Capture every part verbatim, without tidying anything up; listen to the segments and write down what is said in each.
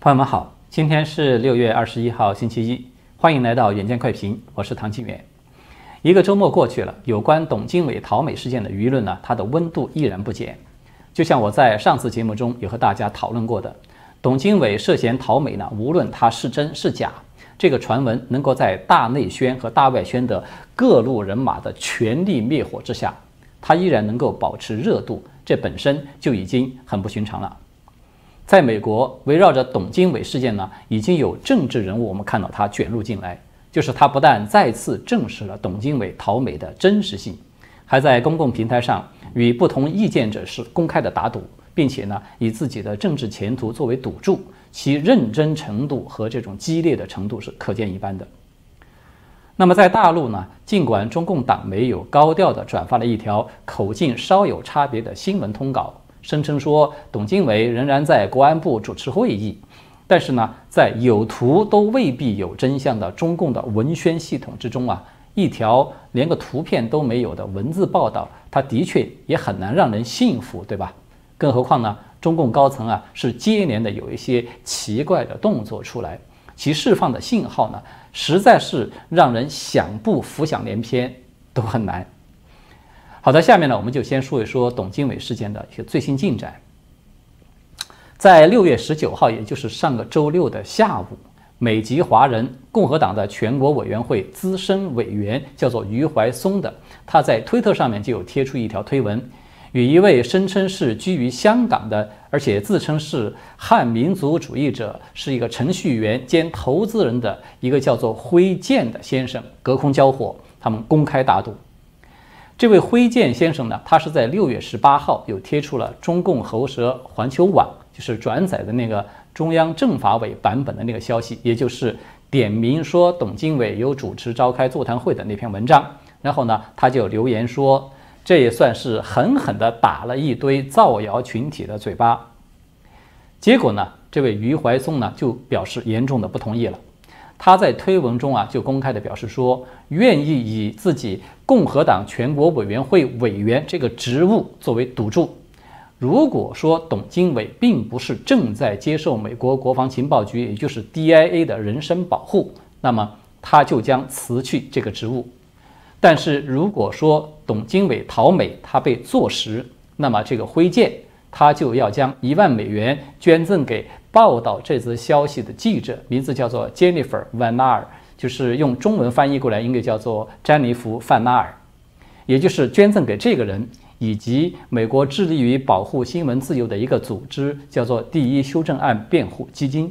朋友们好，今天是六月二十一号星期一，欢迎来到远见快评，我是唐庆远。一个周末过去了，有关董经纬逃美事件的舆论呢，它的温度依然不减。就像我在上次节目中有和大家讨论过的，董经纬涉嫌逃美呢，无论它是真是假，这个传闻能够在大内宣和大外宣的各路人马的全力灭火之下，它依然能够保持热度，这本身就已经很不寻常了。在美国，围绕着董经纬事件呢，已经有政治人物我们看到他卷入进来，就是他不但再次证实了董经纬逃美的真实性，还在公共平台上与不同意见者是公开的打赌，并且呢，以自己的政治前途作为赌注，其认真程度和这种激烈的程度是可见一斑的。那么在大陆呢，尽管中共党媒有高调地转发了一条口径稍有差别的新闻通稿，声称说董经纬仍然在国安部主持会议，但是呢，在有图都未必有真相的中共的文宣系统之中啊，一条连个图片都没有的文字报道，它的确也很难让人信服，对吧？更何况呢，中共高层啊是接连的有一些奇怪的动作出来，其释放的信号呢，实在是让人想不浮想联翩都很难。好的，下面呢，我们就先说一说董经纬事件的一个最新进展。在六月十九号，也就是上个周六的下午，美籍华人共和党的全国委员会资深委员叫做余怀松的，他在推特上面就有贴出一条推文，与一位声称是居于香港的，而且自称是汉民族主义者，是一个程序员兼投资人的一个叫做辉健的先生隔空交火，他们公开打赌。这位辉健先生呢，他是在六月十八号有贴出了中共喉舌环球网，就是转载的那个中央政法委版本的那个消息，也就是点名说董经纬有主持召开座谈会的那篇文章。然后呢，他就留言说，这也算是狠狠地打了一堆造谣群体的嘴巴。结果呢，这位余怀松呢就表示严重的不同意了。他在推文中啊就公开的表示说，愿意以自己共和党全国委员会委员这个职务作为赌注，如果说董经纬并不是正在接受美国国防情报局也就是 D I A 的人身保护，那么他就将辞去这个职务。但是如果说董经纬逃美他被坐实，那么这个辉健他就要将一万美元捐赠给报道这则消息的记者，名字叫做 Jennifer Van Naar， 就是用中文翻译过来应该叫做詹妮弗·范纳尔，也就是捐赠给这个人以及美国致力于保护新闻自由的一个组织，叫做第一修正案辩护基金。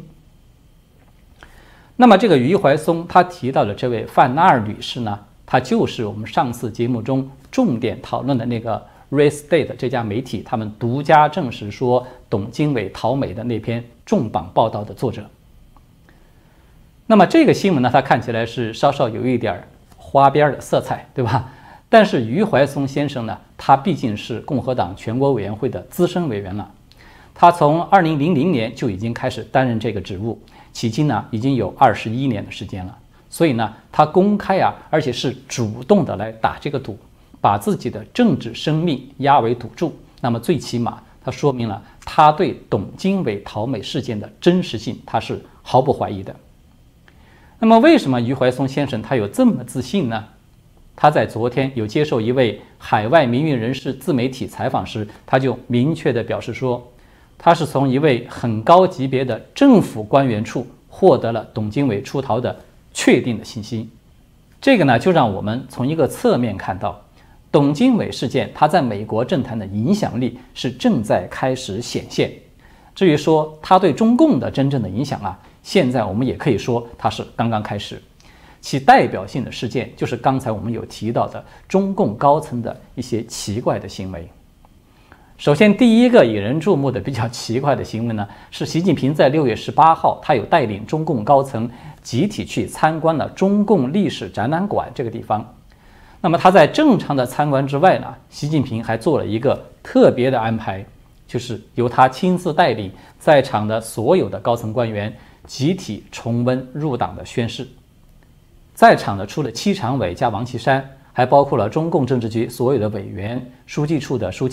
那么这个余怀松他提到的这位范纳尔女士呢，她就是我们上次节目中重点讨论的那个RayState 这家媒体，他们独家证实说董经纬逃美的那篇重磅报道的作者。那么这个新闻呢，它看起来是稍稍有一点花边的色彩，对吧？但是余怀松先生呢，他毕竟是共和党全国委员会的资深委员了，他从二零零零年就已经开始担任这个职务，迄今呢已经有二十一年的时间了。所以呢，他公开啊，而且是主动的来打这个赌，把自己的政治生命押为赌注，那么最起码它说明了他对董经纬逃美事件的真实性他是毫不怀疑的。那么为什么余怀松先生他有这么自信呢？他在昨天有接受一位海外民运人士自媒体采访时，他就明确地表示说，他是从一位很高级别的政府官员处获得了董经纬出逃的确定的信息。这个呢，就让我们从一个侧面看到董经纬事件它在美国政坛的影响力是正在开始显现。至于说它对中共的真正的影响啊，现在我们也可以说它是刚刚开始。其代表性的事件就是刚才我们有提到的中共高层的一些奇怪的行为。首先第一个引人注目的比较奇怪的行为呢，是习近平在六月十八号他有带领中共高层集体去参观了中共历史展览馆这个地方。那么他在正常的参观之外呢，习近平还做了一个特别的安排，就是由他亲自带领在场的所有的高层官员集体重温入党的宣誓。在场的除了七常委加王岐山，还包括了中共政治局所有的委员、书记处的书记、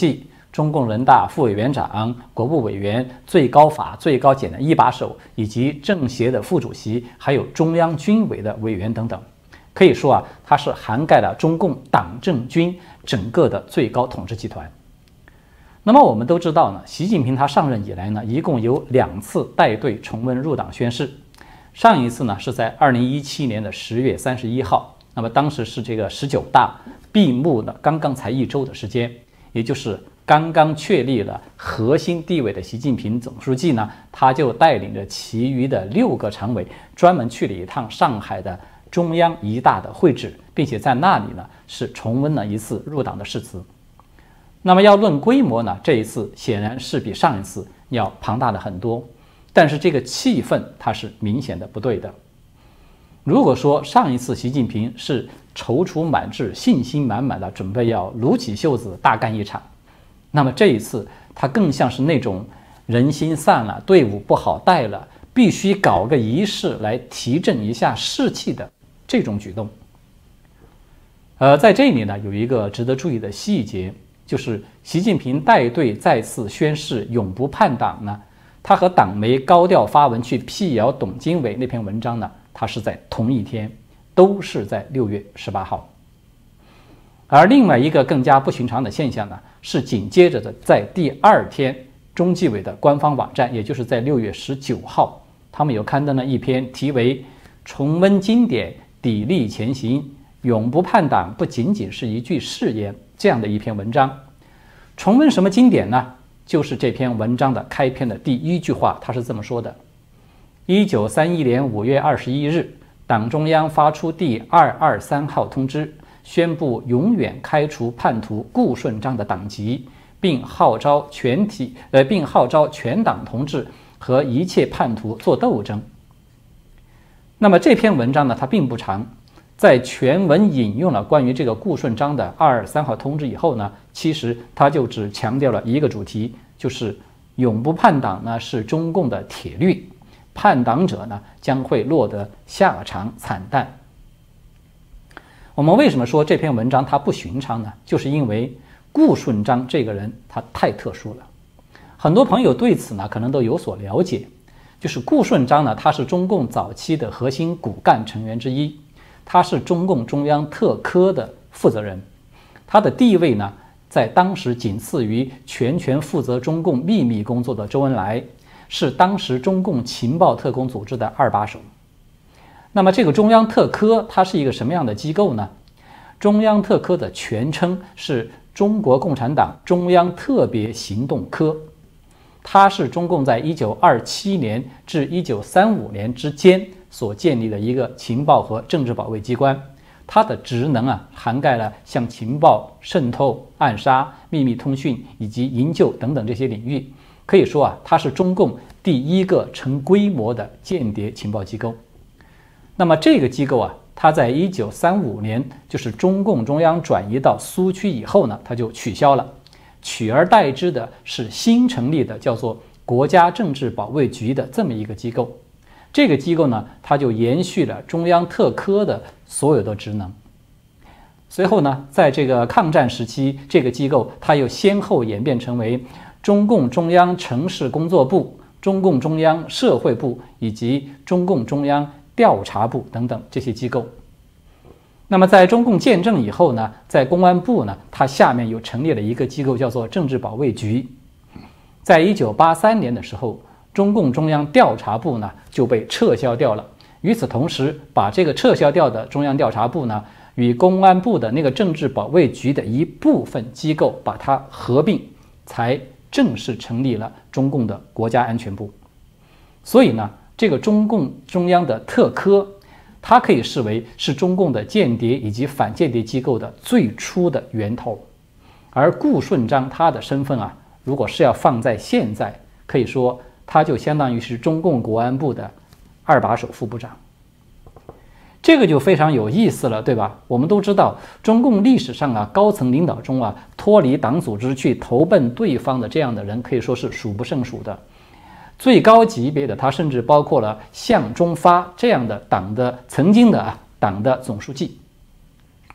中共人大副委员长、国务委员、最高法、最高检的一把手，以及政协的副主席，还有中央军委的委员等等。可以说啊，它是涵盖了中共党政军整个的最高统治集团。那么我们都知道呢，习近平他上任以来呢，一共有两次带队重温入党宣誓。上一次呢是在二零一七年的十月三十一号，那么当时是这个十九大闭幕的刚刚才一周的时间，也就是刚刚确立了核心地位的习近平总书记呢，他就带领着其余的六个常委专门去了一趟上海的中央一大的会址，并且在那里呢是重温了一次入党的誓词。那么要论规模呢，这一次显然是比上一次要庞大了很多，但是这个气氛它是明显的不对的。如果说上一次习近平是踌躇满志、信心满满的准备要撸起袖子大干一场，那么这一次他更像是那种人心散了、队伍不好带了，必须搞个仪式来提振一下士气的这种举动。呃，在这里呢，有一个值得注意的细节，就是习近平带队再次宣誓永不叛党呢，他和党媒高调发文去辟谣董经纬那篇文章呢，他是在同一天，都是在六月十八号。而另外一个更加不寻常的现象呢，是紧接着的在第二天，中纪委的官方网站，也就是在六月十九号，他们有刊登了一篇题为“重温经典，砥砺前行，永不叛党不仅仅是一句誓言”这样的一篇文章。重温什么经典呢？就是这篇文章的开篇的第一句话，他是这么说的：一九三一年五月二十一日，党中央发出第二二三号通知，宣布永远开除叛徒顾顺章的党籍，并号召全体呃，并号召全党同志和一切叛徒做斗争。那么这篇文章呢，它并不长，在全文引用了关于这个顾顺章的二二三号通知以后呢，其实它就只强调了一个主题，就是永不叛党呢是中共的铁律，叛党者呢将会落得下场惨淡。我们为什么说这篇文章它不寻常呢？就是因为顾顺章这个人他太特殊了。很多朋友对此呢可能都有所了解，就是顾顺章呢，他是中共早期的核心骨干成员之一，他是中共中央特科的负责人，他的地位呢在当时仅次于全权负责中共秘密工作的周恩来，是当时中共情报特工组织的二把手。那么这个中央特科它是一个什么样的机构呢？中央特科的全称是中国共产党中央特别行动科，它是中共在一九二七年至一九三五年之间所建立的一个情报和政治保卫机关。它的职能啊，涵盖了像情报、渗透、暗杀、秘密通讯以及营救等等这些领域。可以说啊，它是中共第一个成规模的间谍情报机构。那么这个机构啊，它在一九三五年，就是中共中央转移到苏区以后呢，它就取消了，取而代之的是新成立的叫做国家政治保卫局的这么一个机构。这个机构呢，它就延续了中央特科的所有的职能。随后呢，在这个抗战时期，这个机构它又先后演变成为中共中央城市工作部、中共中央社会部以及中共中央调查部等等这些机构。那么在中共建政以后呢，在公安部呢，它下面又成立了一个机构，叫做政治保卫局。在一九八三年的时候，中共中央调查部呢就被撤销掉了。与此同时，把这个撤销掉的中央调查部呢，与公安部的那个政治保卫局的一部分机构把它合并，才正式成立了中共的国家安全部。所以呢，这个中共中央的特科，它可以视为是中共的间谍以及反间谍机构的最初的源头。而顾顺章他的身份啊，如果是要放在现在，可以说他就相当于是中共国安部的二把手副部长。这个就非常有意思了，对吧？我们都知道，中共历史上啊，高层领导中啊，脱离党组织去投奔对方的这样的人，可以说是数不胜数的。最高级别的，他甚至包括了向忠发这样的党的曾经的啊党的总书记。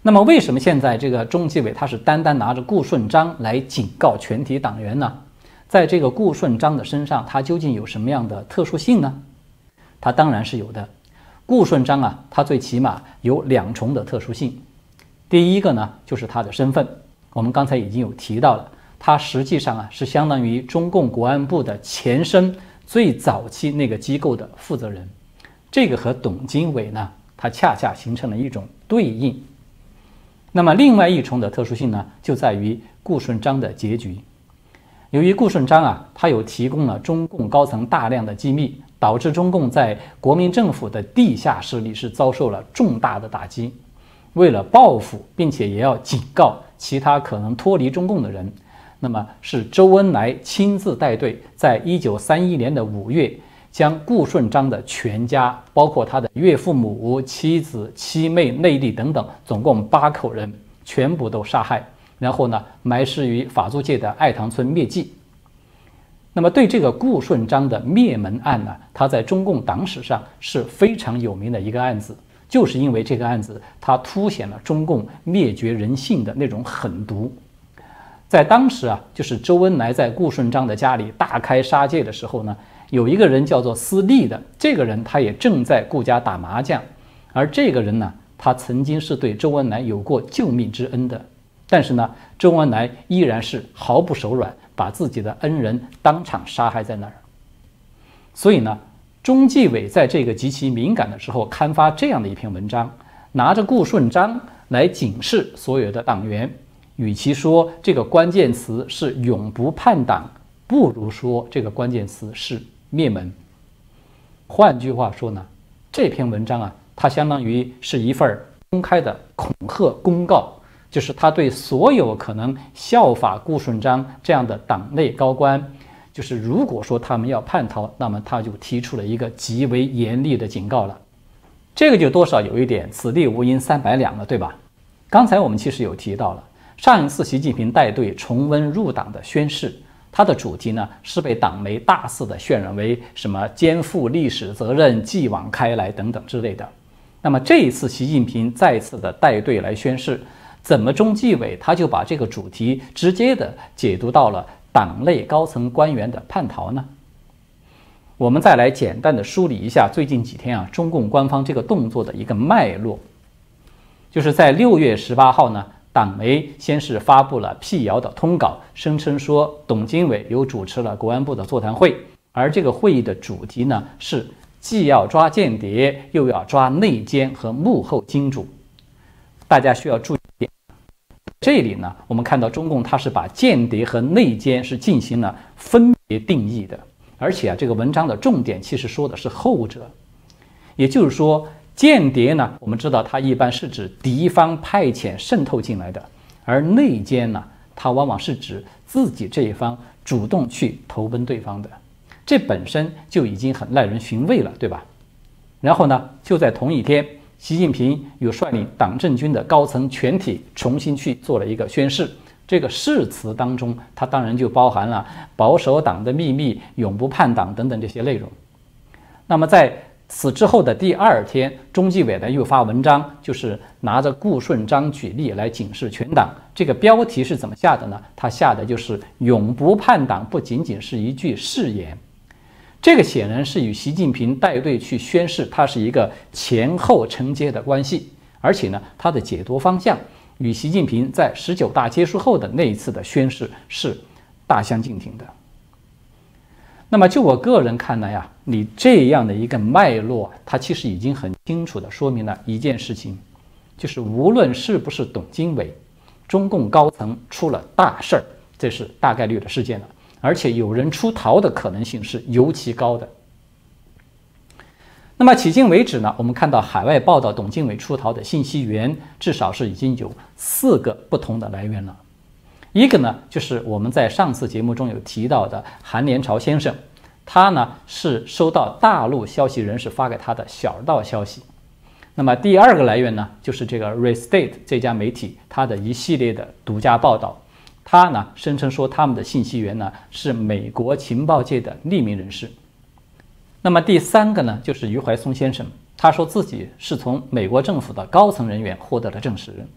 那么为什么现在这个中纪委他是单单拿着顾顺章来警告全体党员呢？在这个顾顺章的身上，他究竟有什么样的特殊性呢？他当然是有的。顾顺章啊，他最起码有两重的特殊性。第一个呢，就是他的身份，我们刚才已经有提到了，他实际上啊是相当于中共国安部的前身最早期那个机构的负责人，这个和董经纬呢，他恰恰形成了一种对应。那么另外一重的特殊性呢，就在于顾顺章的结局。由于顾顺章啊，他有提供了中共高层大量的机密，导致中共在国民政府的地下势力是遭受了重大的打击。为了报复，并且也要警告其他可能脱离中共的人，那么是周恩来亲自带队，在一九三一年的五月，将顾顺章的全家，包括他的岳父母、妻子、妻妹、内弟等等，总共八口人，全部都杀害，然后呢，埋尸于法租界的爱塘村灭迹。那么对这个顾顺章的灭门案呢，它在中共党史上是非常有名的一个案子，就是因为这个案子，它凸显了中共灭绝人性的那种狠毒。在当时啊，就是周恩来在顾顺章的家里大开杀戒的时候呢，有一个人叫做司隶的，这个人他也正在顾家打麻将，而这个人呢，他曾经是对周恩来有过救命之恩的，但是呢，周恩来依然是毫不手软，把自己的恩人当场杀害在那儿。所以呢，中纪委在这个极其敏感的时候刊发这样的一篇文章，拿着顾顺章来警示所有的党员，与其说这个关键词是永不叛党，不如说这个关键词是灭门。换句话说呢，这篇文章啊，它相当于是一份公开的恐吓公告，就是他对所有可能效法顾顺章这样的党内高官，就是如果说他们要叛逃，那么他就提出了一个极为严厉的警告了。这个就多少有一点此地无银三百两了，对吧？刚才我们其实有提到了，上一次习近平带队重温入党的宣誓，它的主题呢是被党媒大肆的渲染为什么肩负历史责任、继往开来等等之类的。那么这一次习近平再次的带队来宣誓，怎么中纪委他就把这个主题直接的解读到了党内高层官员的叛逃呢？我们再来简单的梳理一下最近几天啊中共官方这个动作的一个脉络。就是在六月十八号呢，党媒先是发布了辟谣的通稿，声称说董经纬有主持了国安部的座谈会，而这个会议的主题呢是既要抓间谍，又要抓内奸和幕后金主。大家需要注意一点，这里呢，我们看到中共它是把间谍和内奸是进行了分别定义的，而且啊，这个文章的重点其实说的是后者，也就是说，间谍呢，我们知道它一般是指敌方派遣渗透进来的，而内奸呢，它往往是指自己这一方主动去投奔对方的，这本身就已经很耐人寻味了，对吧？然后呢，就在同一天，习近平又率领党政军的高层全体重新去做了一个宣誓，这个誓词当中，它当然就包含了保守党的秘密、永不叛党等等这些内容。那么在此之后的第二天，中纪委呢又发文章，就是拿着顾顺章举例来警示全党。这个标题是怎么下的呢？他下的就是永不叛党不仅仅是一句誓言。这个显然是与习近平带队去宣誓，它是一个前后承接的关系，而且呢，它的解读方向与习近平在十九大结束后的那一次的宣誓是大相径庭的。那么就我个人看来呀，你这样的一个脉络，它其实已经很清楚地说明了一件事情，就是无论是不是董经纬，中共高层出了大事儿，这是大概率的事件了，而且有人出逃的可能性是尤其高的。那么迄今为止呢，我们看到海外报道董经纬出逃的信息源，至少是已经有四个不同的来源了。一个呢，就是我们在上次节目中有提到的韩连朝先生，他呢是收到大陆消息人士发给他的小道消息。那么第二个来源呢，就是这个 Restate 这家媒体它的一系列的独家报道，他呢声称说他们的信息源呢是美国情报界的匿名人士。那么第三个呢，就是余怀松先生，他说自己是从美国政府的高层人员获得了证实。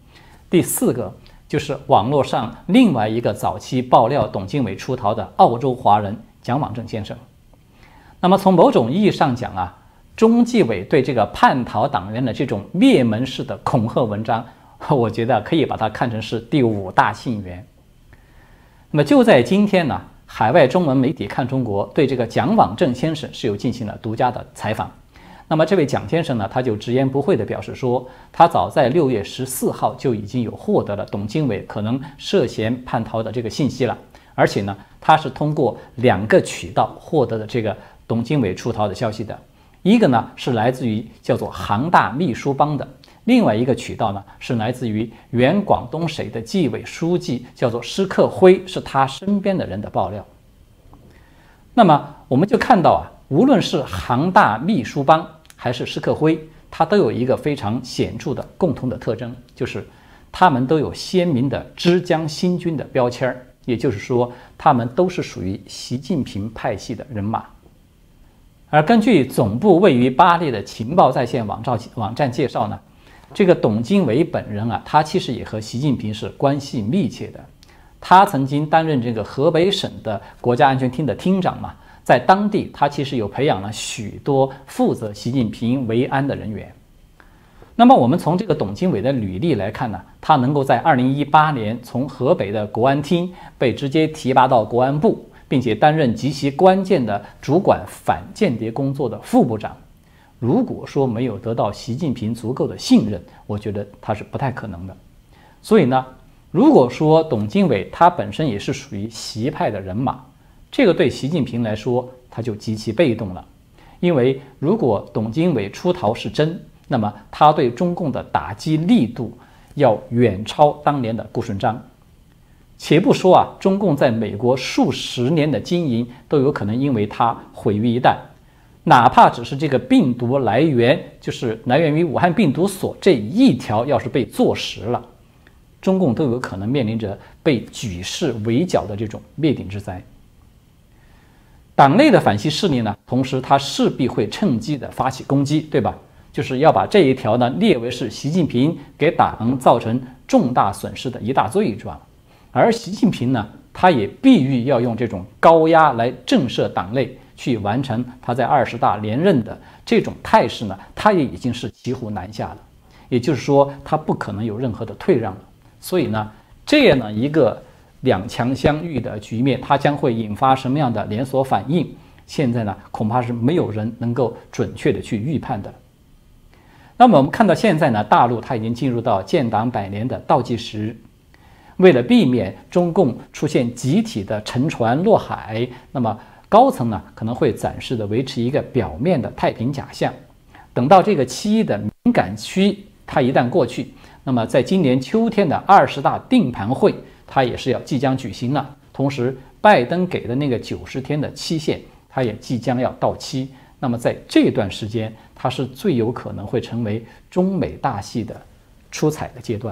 第四个就是网络上另外一个早期爆料董经纬出逃的澳洲华人蒋往正先生。那么从某种意义上讲啊，中纪委对这个叛逃党员的这种灭门式的恐吓文章，我觉得可以把它看成是第五大信源。那么就在今天呢，海外中文媒体看中国对这个蒋往正先生是有进行了独家的采访。那么这位蒋先生呢，他就直言不讳地表示说，他早在六月十四号就已经有获得了董经纬可能涉嫌叛逃的这个信息了，而且呢，他是通过两个渠道获得的这个董经纬出逃的消息的。一个呢是来自于叫做杭大秘书帮的，另外一个渠道呢是来自于原广东省的纪委书记叫做施克辉，是他身边的人的爆料。那么我们就看到啊，无论是杭大秘书帮还是施克辉，它都有一个非常显著的共同的特征，就是他们都有鲜明的枝江新军的标签，也就是说，他们都是属于习近平派系的人马。而根据总部位于巴黎的情报在线网站网站介绍呢，这个董经纬本人啊，他其实也和习近平是关系密切的。他曾经担任这个河北省的国家安全厅的厅长嘛，在当地他其实有培养了许多负责习近平维安的人员。那么我们从这个董经纬的履历来看呢，他能够在二零一八年从河北的国安厅被直接提拔到国安部，并且担任极其关键的主管反间谍工作的副部长。如果说没有得到习近平足够的信任，我觉得他是不太可能的。所以呢，如果说董经纬他本身也是属于习派的人马，这个对习近平来说他就极其被动了。因为如果董经纬出逃是真，那么他对中共的打击力度要远超当年的顾顺章。且不说啊，中共在美国数十年的经营都有可能因为它毁于一旦，哪怕只是这个病毒来源，就是来源于武汉病毒所这一条，要是被坐实了，中共都有可能面临着被举世围剿的这种灭顶之灾。党内的反习势力呢，同时它势必会趁机的发起攻击，对吧？就是要把这一条呢列为是习近平给党造成重大损失的一大罪状。而习近平呢，他也必须要用这种高压来震慑党内，去完成他在二十大连任的这种态势呢，他也已经是骑虎难下了。也就是说，他不可能有任何的退让了。所以呢，这样的一个两强相遇的局面，它将会引发什么样的连锁反应？现在呢，恐怕是没有人能够准确的去预判的。那么我们看到现在呢，大陆它已经进入到建党百年的倒计时。为了避免中共出现集体的沉船落海，那么高层呢可能会暂时的维持一个表面的太平假象。等到这个七一的敏感区它一旦过去，那么在今年秋天的二十大定盘会，它也是要即将举行了。同时，拜登给的那个九十天的期限，它也即将要到期。那么在这段时间，它是最有可能会成为中美大戏的出彩的阶段。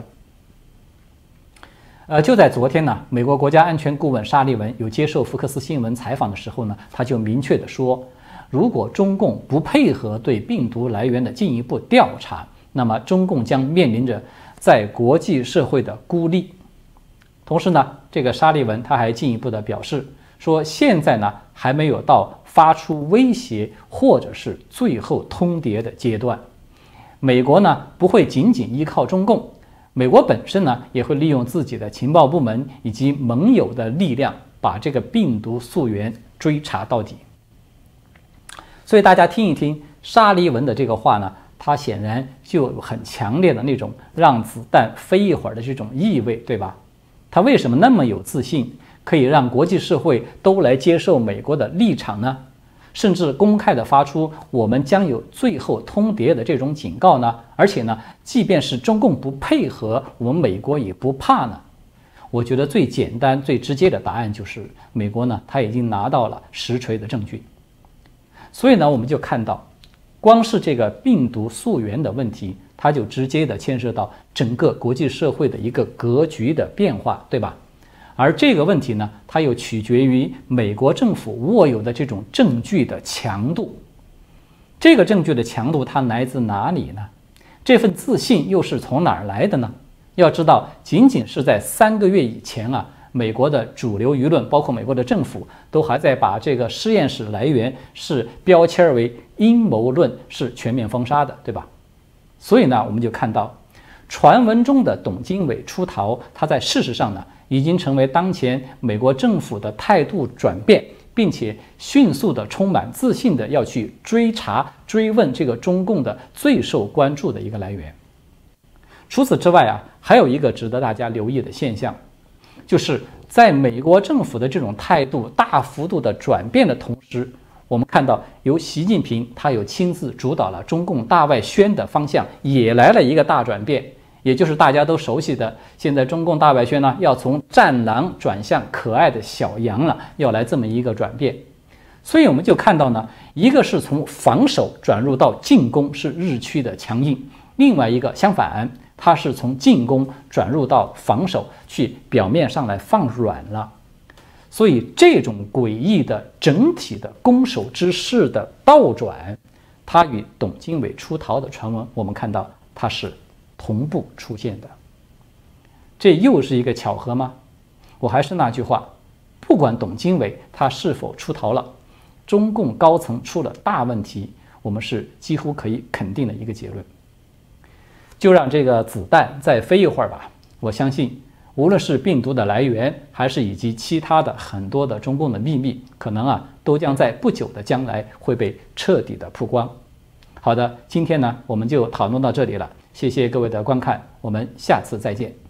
呃，就在昨天呢，美国国家安全顾问沙利文有接受福克斯新闻采访的时候呢，他就明确的说，如果中共不配合对病毒来源的进一步调查，那么中共将面临着在国际社会的孤立。同时呢，这个沙利文他还进一步的表示说，现在呢还没有到发出威胁或者是最后通牒的阶段。美国呢不会仅仅依靠中共。美国本身呢，也会利用自己的情报部门以及盟友的力量，把这个病毒溯源追查到底。所以大家听一听沙利文的这个话呢，他显然就有很强烈的那种让子弹飞一会儿的这种意味，对吧？他为什么那么有自信，可以让国际社会都来接受美国的立场呢？甚至公开的发出我们将有最后通牒的这种警告呢？而且呢，即便是中共不配合，我们美国也不怕呢？我觉得最简单最直接的答案就是美国呢，他已经拿到了实锤的证据。所以呢，我们就看到，光是这个病毒溯源的问题，它就直接的牵涉到整个国际社会的一个格局的变化，对吧？而这个问题呢，它又取决于美国政府握有的这种证据的强度。这个证据的强度它来自哪里呢？这份自信又是从哪儿来的呢？ 要知道，仅仅是在三个月以前啊，美国的主流舆论，包括美国的政府，都还在把这个实验室来源是标签为阴谋论，是全面封杀的，对吧？所以呢，我们就看到，传闻中的董经纬出逃，它在事实上呢，已经成为当前美国政府的态度转变，并且迅速的、充满自信的要去追查、追问这个中共的最受关注的一个来源。除此之外啊，还有一个值得大家留意的现象，就是在美国政府的这种态度大幅度的转变的同时，我们看到由习近平他有亲自主导了中共大外宣的方向也来了一个大转变，也就是大家都熟悉的，现在中共大外宣呢要从战狼转向可爱的小羊了，要来这么一个转变。所以我们就看到呢，一个是从防守转入到进攻，是日趋的强硬；另外一个相反，它是从进攻转入到防守，去表面上来放软了。所以这种诡异的整体的攻守之势的倒转，它与董经纬出逃的传闻，我们看到它是同步出现的。这又是一个巧合吗？我还是那句话，不管董经纬他是否出逃了，中共高层出了大问题，我们是几乎可以肯定的一个结论。就让这个子弹再飞一会儿吧，我相信无论是病毒的来源，还是以及其他的很多的中共的秘密，可能啊都将在不久的将来会被彻底的曝光。好的，今天呢我们就讨论到这里了，谢谢各位的观看，我们下次再见。